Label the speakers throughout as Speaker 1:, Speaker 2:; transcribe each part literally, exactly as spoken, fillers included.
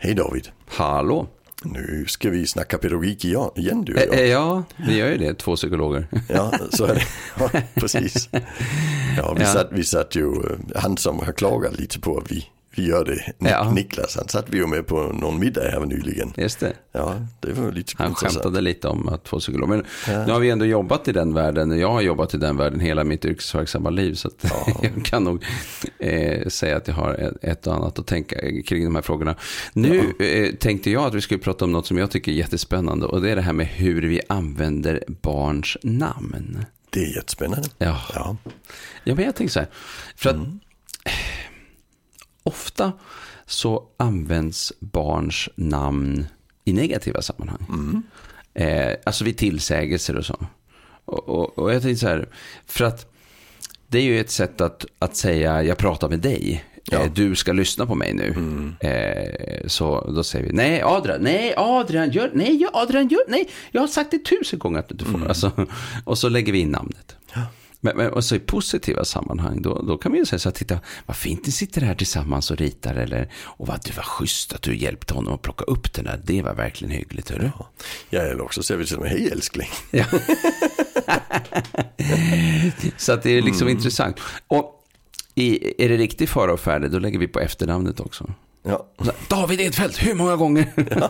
Speaker 1: Hej David.
Speaker 2: Hallå.
Speaker 1: Nu ska vi snacka pedagogik igen, du och jag.
Speaker 2: Ä- ja, vi gör ju det, två psykologer.
Speaker 1: Ja, så är det. Ja, precis. Ja, vi, ja. Satt, vi satt ju, han som har klagat lite på att vi, vi gör det, ja. Niklas, han satt vi ju med på någon middag här nyligen.
Speaker 2: Just det.
Speaker 1: Ja, det var lite
Speaker 2: han skämtade lite om att två psykologer. Men ja. Nu har vi ändå jobbat i den världen. Jag har jobbat i den världen hela mitt yrkesverksamma liv. Så att ja. Jag kan nog eh, säga att jag har ett, ett och annat att tänka kring de här frågorna. Nu ja. eh, tänkte jag att vi skulle prata om något som jag tycker är jättespännande. Och det är det här med hur vi använder barns namn.
Speaker 1: Det är jättespännande.
Speaker 2: Ja, ja. ja men jag tänker så här. För att mm. ofta så används barns namn i negativa sammanhang. Mm. Eh, alltså vid tillsägelser och så. Och, och, och jag tänkte så här, för att det är ju ett sätt att, att säga jag pratar med dig. Ja. Eh, du ska lyssna på mig nu. Mm. Eh, så då säger vi, nej Adrian, nej Adrian, gör, nej Adrian, gör, nej. Jag har sagt det tusen gånger att du får. Mm. Alltså, och så lägger vi in namnet. Ja. Men, men och så i positiva sammanhang då, då kan man ju säga så här, titta vad fint ni sitter här tillsammans och ritar eller, och vad du var schysst att du hjälpte honom att plocka upp den där, det var verkligen hyggligt, hörru? Ja,
Speaker 1: ja eller också säger vi till mig, hej älskling.
Speaker 2: Ja. Så att det är liksom mm. intressant. Och i, är det riktigt fara och färde, då lägger vi på efternamnet också.
Speaker 1: Ja.
Speaker 2: Så, David Edfeldt, hur många gånger? Ja.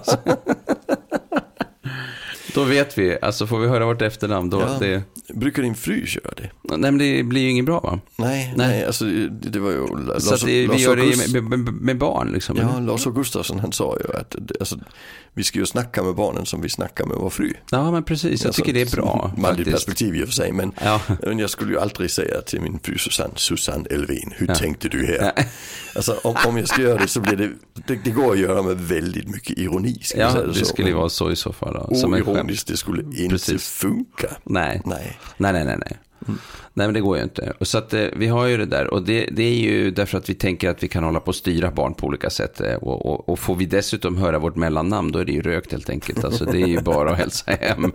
Speaker 2: Då vet vi, alltså får vi höra vårt efternamn då.
Speaker 1: Ja.
Speaker 2: Det...
Speaker 1: Brukar din fru köra det?
Speaker 2: Nej, men det blir ju inget bra, va?
Speaker 1: Nej, nej, nej alltså det, det var ju Lars,
Speaker 2: så att det, vi
Speaker 1: Lars
Speaker 2: gör det med, med, med barn liksom.
Speaker 1: Ja, Lars Gustafsson, han sa ju att alltså, vi ska ju snacka med barnen som vi snackar med vår fru.
Speaker 2: Ja, men precis, jag
Speaker 1: alltså,
Speaker 2: tycker det är bra.
Speaker 1: Manligt perspektiv i och för sig, men
Speaker 2: ja.
Speaker 1: jag skulle ju aldrig säga till min fru Susanne, Susanne Elvin, hur ja. tänkte du här? Ja. Alltså om, om jag ska göra det så blir det, det, det går att göra med väldigt mycket ironi.
Speaker 2: Ja,
Speaker 1: det,
Speaker 2: det
Speaker 1: så.
Speaker 2: skulle ju vara så i så fall. Då.
Speaker 1: Som ironiskt, det skulle inte precis. funka.
Speaker 2: Nej,
Speaker 1: nej,
Speaker 2: nej, nej, nej. nej. Mm. Nej, men det går ju inte. Och så att eh, vi har ju det där. Och det, det är ju därför att vi tänker att vi kan hålla på att styra barn på olika sätt. Eh, och, och, och får vi dessutom höra vårt mellannamn, då är det ju rökt helt enkelt. Alltså det är ju bara att hälsa hem.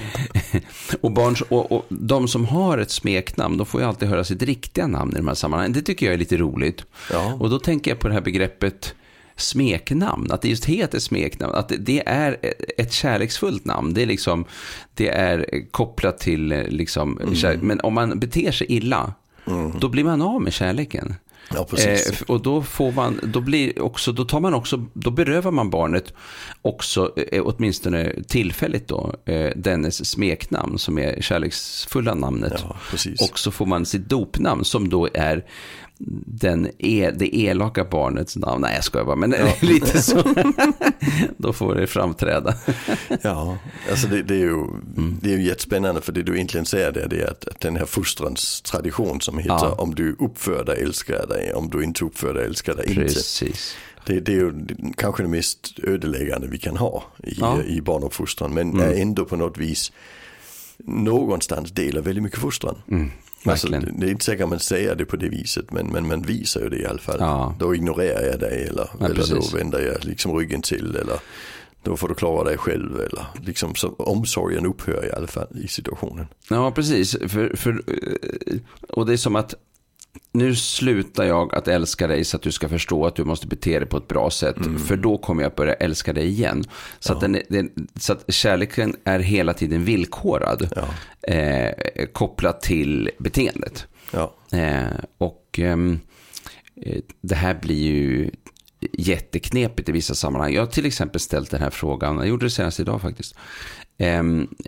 Speaker 2: och, barns, och, och de som har ett smeknamn, de får ju alltid höra sitt riktiga namn i de här sammanhangen. Det tycker jag är lite roligt. Ja. Och då tänker jag på det här begreppet smeknamn, att det just heter smeknamn, att det är ett kärleksfullt namn, det är liksom, det är kopplat till liksom mm. kärlek. Men om man beter sig illa mm. då blir man av med kärleken.
Speaker 1: Ja, precis.
Speaker 2: Eh, och då får man, då blir också, då tar man också, då berövar man barnet också, eh, åtminstone tillfälligt då, eh, dennes smeknamn som är kärleksfulla namnet.
Speaker 1: Ja, precis.
Speaker 2: Och så får man sitt dopnamn som då är den är det elaka barnets namn. Nej, jag skojar bara, men ja. lite så. Då får det framträda.
Speaker 1: Ja, alltså det, det är ju mm. det är ju jättespännande, för det du egentligen säger det, det är att, att den här fostrans tradition som heter ja. om du uppför dig älskar dig, om du inte uppför dig älskar dig inte.
Speaker 2: Precis.
Speaker 1: Det, det är ju kanske det mest ödeläggande vi kan ha i, ja. i barnuppfostran, men mm. är ändå på något vis någonstans delar väldigt mycket fostran. Mm. Alltså, det är inte säkert att man säger det på det viset, men, men man visar ju det i alla fall. Ja. Då ignorerar jag dig eller, ja, eller då vänder jag liksom ryggen till, eller då får du klara dig själv, eller liksom, så omsorgen upphör i alla fall i situationen.
Speaker 2: Ja, precis. För, för, och det är som att nu slutar jag att älska dig så att du ska förstå att du måste bete dig på ett bra sätt. Mm. För då kommer jag börja älska dig igen. Så, ja. att, den, den, så att kärleken är hela tiden villkorad. Ja. Eh, kopplat till beteendet. Ja. Eh, och eh, det här blir ju jätteknepigt i vissa sammanhang. Jag har till exempel ställt den här frågan, jag gjorde det senast idag faktiskt, eh,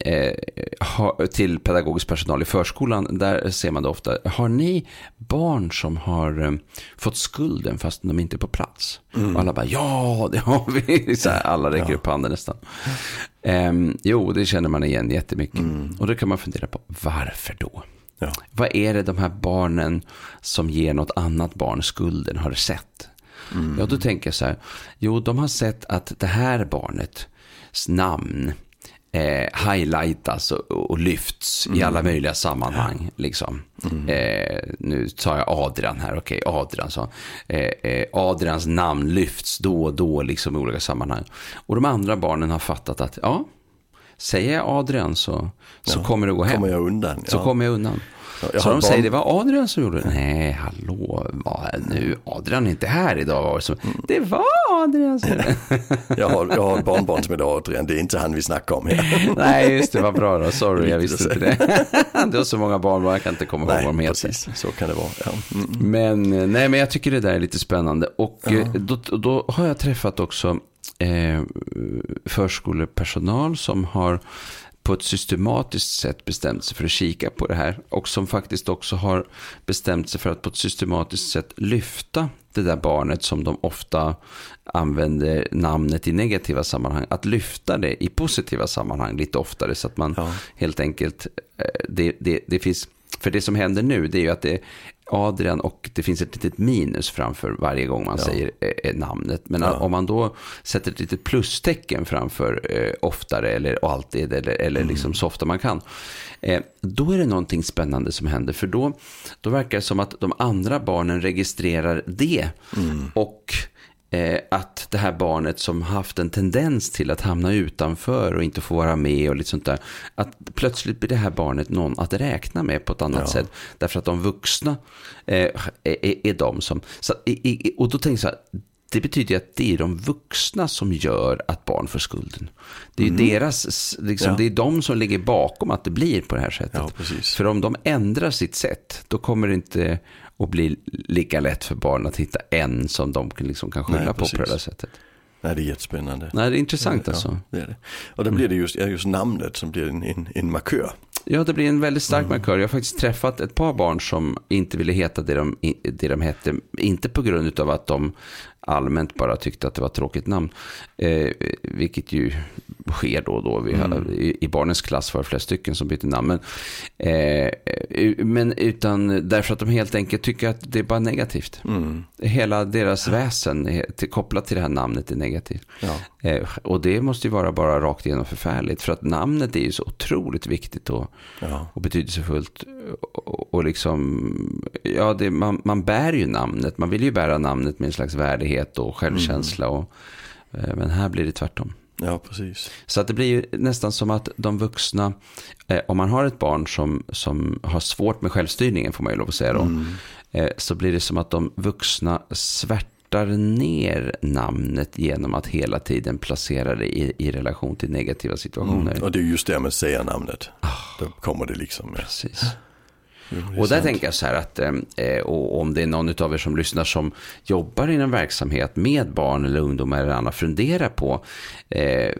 Speaker 2: eh, till pedagogisk personal i förskolan. Där ser man det ofta. Har ni barn som har eh, fått skulden fast de inte är på plats? Mm. Och alla bara, ja, det har vi. Så här, alla räcker ja. upp handen nästan. Eh, jo, det känner man igen jättemycket. Mm. Och då kan man fundera på, varför då? Ja. Vad är det de här barnen som ger något annat barn skulden har sett? Mm. Ja, då tänker jag så här. Jo, de har sett att det här barnets namn eh, highlightas och, och lyfts mm. i alla möjliga sammanhang. Liksom. Mm. Eh, nu tar jag Adrian här. Okej, okay, Adrian. Så. Eh, eh, Adrians namn lyfts då och då liksom, i olika sammanhang. Och de andra barnen har fattat att ja, säger jag Adrian så, så ja, kommer det gå hem.
Speaker 1: Kommer jag undan, ja.
Speaker 2: Så kommer jag undan. Ja, så de barn... säger, det var Adrian som gjorde det. Nej, hallå, vad nu? Adrian är inte här idag. Så, mm. Det var Adrian som
Speaker 1: jag, har, jag har ett barnbarn som heter Adrian, det är inte han vi snackar om här.
Speaker 2: Nej, just det, var bra då. Sorry, jag visste inte det. Det var så många barnbarn, jag kan inte komma ihåg vad de heter.
Speaker 1: Precis, så kan det vara. Ja.
Speaker 2: Mm. Men, nej, men jag tycker det där är lite spännande. Och ja. då, då har jag träffat också eh, förskolepersonal som har på ett systematiskt sätt bestämt sig för att kika på det här och som faktiskt också har bestämt sig för att på ett systematiskt sätt lyfta det där barnet som de ofta använder namnet i negativa sammanhang, att lyfta det i positiva sammanhang lite oftare så att man ja. helt enkelt det, det, det finns, för det som händer nu det är ju att det Adrian och det finns ett litet minus framför varje gång man ja. säger eh, namnet. Men ja. om man då sätter ett litet plustecken framför eh, oftare eller och alltid eller, eller mm. liksom så ofta man kan. Eh, då är det någonting spännande som händer. För då, då verkar det som att de andra barnen registrerar det. Mm. Och eh, att det här barnet som haft en tendens till att hamna utanför och inte få vara med och lite sånt där, att plötsligt blir det här barnet någon att räkna med på ett annat ja. sätt. Därför att de vuxna eh, är, är de som... Så, i, och då tänker jag så här, det betyder att det är de vuxna som gör att barn får skulden. Det är ju mm. deras, liksom, ja. det är de som ligger bakom att det blir på det här sättet.
Speaker 1: Ja, precis.
Speaker 2: För om de ändrar sitt sätt, då kommer det inte att bli lika lätt för barn att hitta en som de liksom kan skylla Nej, på på det här sättet.
Speaker 1: Nej, det är jättespännande.
Speaker 2: Nej, det är intressant
Speaker 1: ja,
Speaker 2: alltså.
Speaker 1: Ja, det är det. Och då blir det just, just namnet som blir en, en, en markör.
Speaker 2: Ja, det blir en väldigt stark mm. markör. Jag har faktiskt träffat ett par barn som inte ville heta det de, det de hette. Inte på grund av att de allmänt bara tyckte att det var ett tråkigt namn. Eh, vilket ju sker då och då. Vi mm. har, i, I barnens klass var det flera stycken som bytte namn. Men, eh, men utan därför att de helt enkelt tycker att det är bara negativt. Mm. Hela deras väsen till, kopplat till det här namnet är negativt. Ja. Eh, och det måste ju vara bara rakt igenom förfärligt. För att namnet är ju så otroligt viktigt och, ja. och betydelsefullt. Och, och liksom, ja, det, man, man bär ju namnet. Man vill ju bära namnet med en slags värdighet och självkänsla. Mm. Och, eh, men här blir det tvärtom.
Speaker 1: Ja, precis.
Speaker 2: Så att det blir ju nästan som att de vuxna, eh, om man har ett barn som, som har svårt med självstyrningen, får man ju lov att säga då, mm. eh, så blir det som att de vuxna svärtar ner namnet genom att hela tiden placera det i, i relation till negativa situationer.
Speaker 1: Mm. Och det är just det med att säga namnet. Oh. Då kommer det liksom med.
Speaker 2: Precis. Och där tänker jag så här att eh, och om det är någon av er som lyssnar som jobbar i en verksamhet med barn eller ungdomar eller annat, fundera på eh,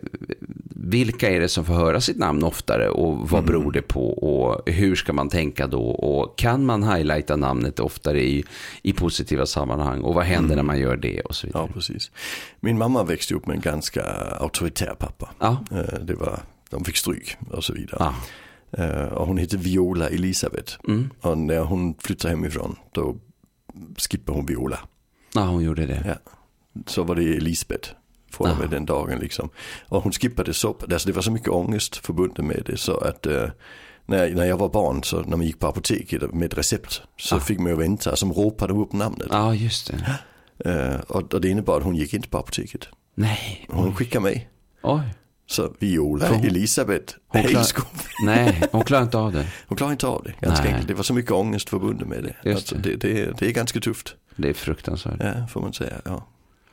Speaker 2: vilka är det som får höra sitt namn oftare och vad mm. beror det på och hur ska man tänka då och kan man highlighta namnet oftare i, i positiva sammanhang och vad händer mm. när man gör det och så vidare.
Speaker 1: Ja, precis. Min mamma växte upp med en ganska auktoritär pappa. Ja. Eh, det var, de fick stryk och så vidare. Ja. Uh, och hon heter Viola Elisabeth. Mm. Och när hon flyttade hemifrån då skippade hon Viola.
Speaker 2: Ja, hon gjorde det.
Speaker 1: Ja. Så var det Elisabeth från med den dagen liksom. Och hon skippade så, alltså det var så mycket ångest förbundet med det så att uh, när, när jag var barn så när man gick på apoteket med ett recept så ah. fick man ju vänta som ropade upp namnet.
Speaker 2: Ja, just
Speaker 1: det. Uh, och, och det innebar att hon gick inte på apoteket.
Speaker 2: Nej.
Speaker 1: Hon oj. skickade mig.
Speaker 2: Oj.
Speaker 1: Så Viola, hon, Elisabeth,
Speaker 2: hon klar, Nej, hon klarar inte av det.
Speaker 1: Hon klarar inte av det, ganska enkelt. Det var så mycket ångest förbundet med det. Alltså, det. Det, det, det är ganska tufft.
Speaker 2: Det är fruktansvärt.
Speaker 1: Ja, får man säga, ja.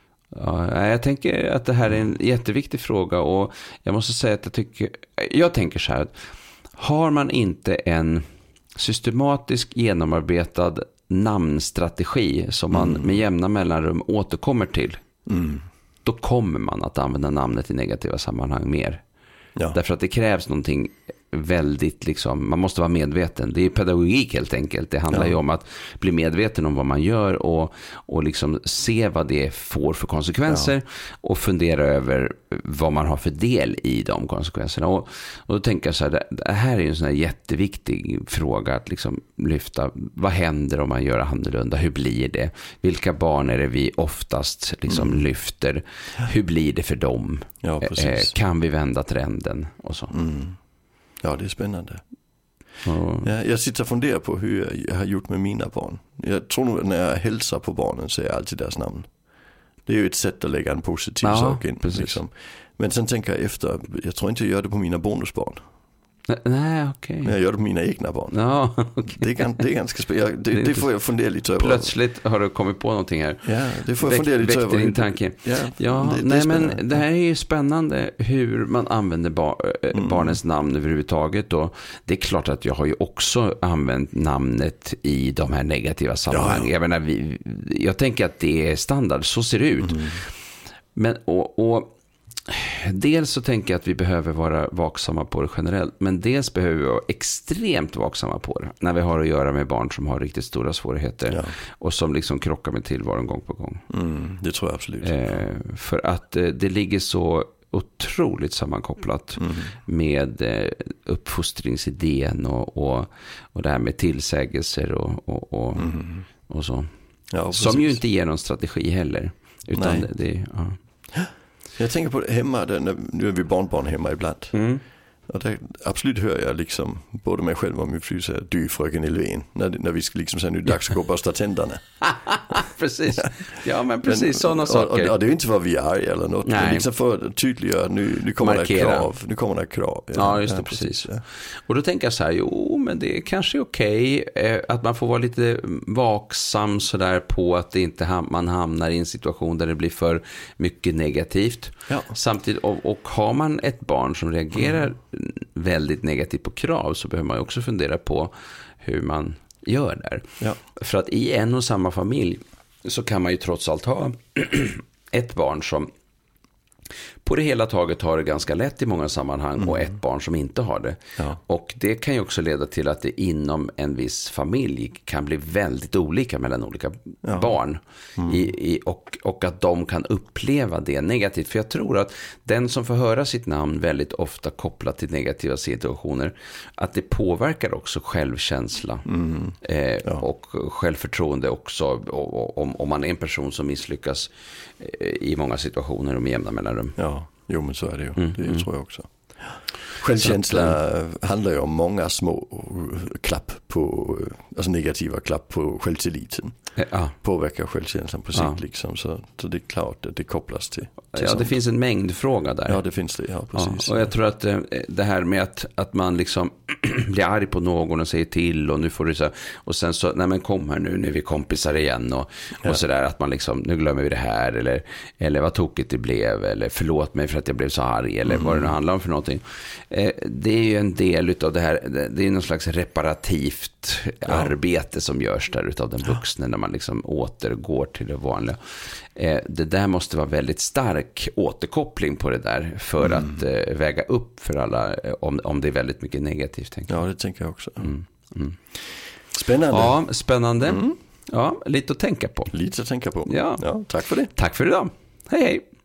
Speaker 2: Ja, jag tänker att det här är en jätteviktig fråga och jag måste säga att jag tycker, jag tänker så här att har man inte en systematisk genomarbetad namnstrategi som man mm. med jämna mellanrum återkommer till mm. då kommer man att använda namnet i negativa sammanhang mer. Ja. Därför att det krävs någonting väldigt liksom, man måste vara medveten. Det är pedagogik helt enkelt. Det handlar ja. ju om att bli medveten om vad man gör och, och liksom se vad det får för konsekvenser ja. och fundera över vad man har för del i de konsekvenserna. Och, och då tänker jag så här, det här är ju en sån här jätteviktig fråga att liksom lyfta. Vad händer om man gör annorlunda? Hur blir det? Vilka barn är det vi oftast liksom mm. lyfter? Hur blir det för dem?
Speaker 1: Ja,
Speaker 2: eh, kan vi vända trenden? Och så.
Speaker 1: Mm. Ja, det är spännande. Mm. Ja, jag sitter och funderar på hur jag har gjort med mina barn. Jag tror nog att när jag hälsar på barnen så är jag alltid deras namn. Det är ju ett sätt att lägga en positiv ja, sak in. Liksom. Men sen tänker jag efter, jag tror inte jag gör det på mina bonusbarn.
Speaker 2: Nej, okej.
Speaker 1: Okay. Jag gör det med mina egna barn.
Speaker 2: Ja, okay.
Speaker 1: det, är, det är ganska spännande. Det, det, det får jag fundera lite över.
Speaker 2: Plötsligt har du kommit på någonting här.
Speaker 1: Ja, det får jag fundera lite över.
Speaker 2: Din tanke.
Speaker 1: Ja,
Speaker 2: ja det, nej, det men det här är ju spännande hur man använder bar, mm. barnens namn överhuvudtaget. Och det är klart att jag har ju också använt namnet i de här negativa sammanhangen. Ja. Jag menar, vi, jag tänker att det är standard. Så ser det ut. Mm. Men och... och dels så tänker jag att vi behöver vara vaksamma på det generellt, men dels behöver vi vara extremt vaksamma på det när vi har att göra med barn som har riktigt stora svårigheter ja. och som liksom krockar med tillvaron gång på gång.
Speaker 1: Mm, det tror jag absolut.
Speaker 2: Eh, för att eh, det ligger så otroligt sammankopplat mm. med eh, uppfostringsidén och, och, och det här med tillsägelser och, och, och, mm. och så. Ja, som ju inte ger någon strategi heller. Utan det, det, ja.
Speaker 1: Jag tänker på det hemma, där, när, nu är vi barnbarn hemma ibland. Mm. Och där, absolut hör jag liksom både mig själv och min fru säga du fröken Elvin när, när vi ska liksom säga nu dags att gå och borsta tänderna.
Speaker 2: Precis, ja men precis men, sådana
Speaker 1: och,
Speaker 2: saker.
Speaker 1: Och, och, och det är inte för att vi är arga eller något, men liksom för att tydliggöra nu, nu kommer det krav. Nu kommer det krav.
Speaker 2: Ja, ja just det, ja, precis. precis ja. Och då tänker jag så här, jo men det är kanske okej eh, att man får vara lite vaksam sådär på att det inte ham- man hamnar i en situation där det blir för mycket negativt. Ja. Samtidigt, och, och har man ett barn som reagerar mm. väldigt negativt på krav så behöver man ju också fundera på hur man gör där. Ja. För att i en och samma familj så kan man ju trots allt ha ett barn som på det hela taget har det ganska lätt i många sammanhang mm. och ett barn som inte har det. Ja. Och det kan ju också leda till att det inom en viss familj kan bli väldigt olika mellan olika ja. barn. Mm. I, i, och, och att de kan uppleva det negativt. För jag tror att den som får höra sitt namn väldigt ofta kopplat till negativa situationer, att det påverkar också självkänsla mm. eh, ja. och självförtroende också. Och, och, om, om man är en person som misslyckas eh, i många situationer och med jämna mellanrum.
Speaker 1: Ja. Jo, men så är det ju. Mm, det mm. tror jag också. Självkänsla att, handlar ju om många små klapp på, alltså negativa klapp på självtilliten. Ja. Påverkar självkänslan på sikt ja. liksom. Så, så det är klart att det kopplas till, till
Speaker 2: ja, sånt. Det finns en mängd fråga där.
Speaker 1: Ja, det finns det. Ja, precis.
Speaker 2: Ja, och jag tror att det här med att, att man liksom blir arg på någon och säger till och nu får du så och sen så, nej men kom här nu, nu är vi kompisar igen och, ja. och sådär att man liksom, nu glömmer vi det här eller, eller vad tokigt det blev eller förlåt mig för att jag blev så arg eller mm. vad det nu handlar om för någonting. Eh, det är ju en del utav det här, det är någon slags reparativt ja. arbete som görs där utav den vuxna när man liksom återgår till det vanliga. Eh, det där måste vara väldigt stark återkoppling på det där för mm. att eh, väga upp för alla eh, om, om det är väldigt mycket negativt. Tänker jag.
Speaker 1: Ja, det tänker jag också.
Speaker 2: Mm. Mm.
Speaker 1: Spännande.
Speaker 2: Ja, spännande. Mm. Ja, lite att tänka på.
Speaker 1: Lite att tänka på.
Speaker 2: Ja.
Speaker 1: Ja, tack för det.
Speaker 2: Tack för idag. Hej hej.